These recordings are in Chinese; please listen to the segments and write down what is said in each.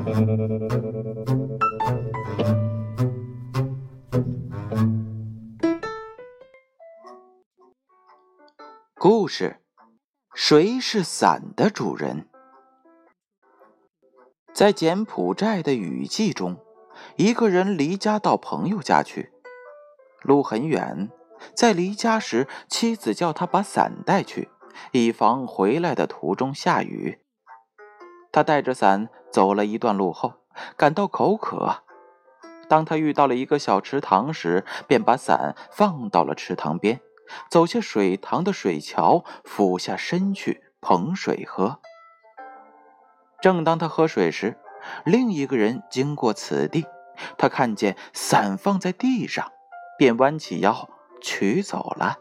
故事：谁是伞的主人？在柬埔寨的雨季中，一个人离家到朋友家去，路很远，在离家时，妻子叫他把伞带去，以防回来的途中下雨。他带着伞走了一段路后，感到口渴。当他遇到了一个小池塘时，便把伞放到了池塘边，走下水塘的水桥，俯下身去捧水喝。正当他喝水时，另一个人经过此地，他看见伞放在地上，便弯起腰取走了。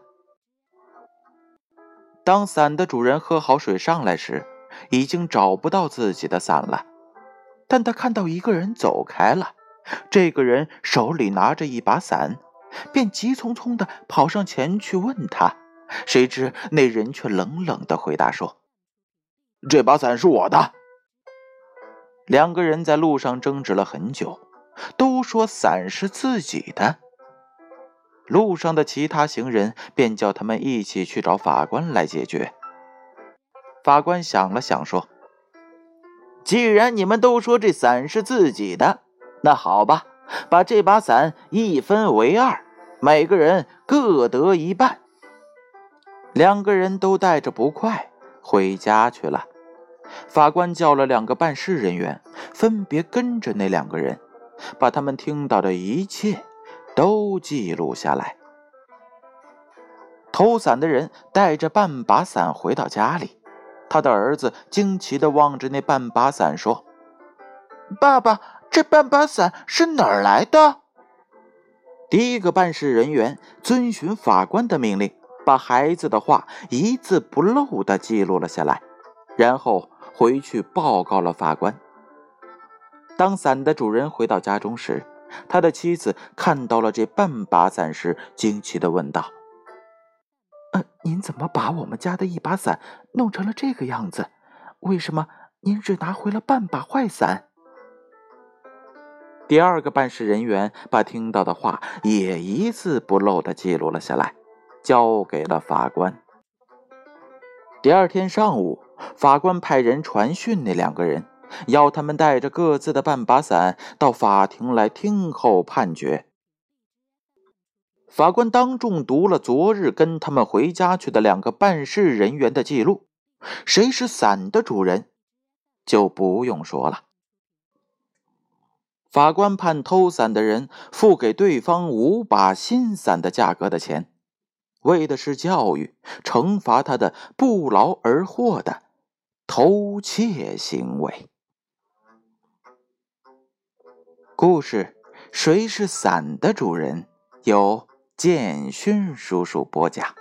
当伞的主人喝好水上来时，已经找不到自己的伞了，但他看到一个人走开了，这个人手里拿着一把伞，便急匆匆地跑上前去问他，谁知那人却冷冷地回答说：“这把伞是我的。”两个人在路上争执了很久，都说伞是自己的。路上的其他行人便叫他们一起去找法官来解决。法官想了想说：“既然你们都说这伞是自己的，那好吧，把这把伞一分为二，每个人各得一半。”两个人都带着不快回家去了。法官叫了2个办事人员，分别跟着那2个人，把他们听到的一切都记录下来。偷伞的人带着半把伞回到家里，他的儿子惊奇地望着那半把伞说：“爸爸，这半把伞是哪儿来的？”第一个办事人员遵循法官的命令，把孩子的话一字不漏地记录了下来，然后回去报告了法官。当伞的主人回到家中时，他的妻子看到了这半把伞时，惊奇地问道：“您怎么把我们家的一把伞弄成了这个样子？为什么您只拿回了半把坏伞？”第二个办事人员把听到的话也一字不漏地记录了下来，交给了法官。第二天上午，法官派人传讯那2个人，要他们带着各自的半把伞到法庭来听候判决。法官当众读了昨日跟他们回家去的2个办事人员的记录，谁是伞的主人就不用说了。法官判偷伞的人付给对方5把新伞的价格的钱，为的是教育、惩罚他的不劳而获的偷窃行为。故事：谁是伞的主人？由建勋叔叔播讲。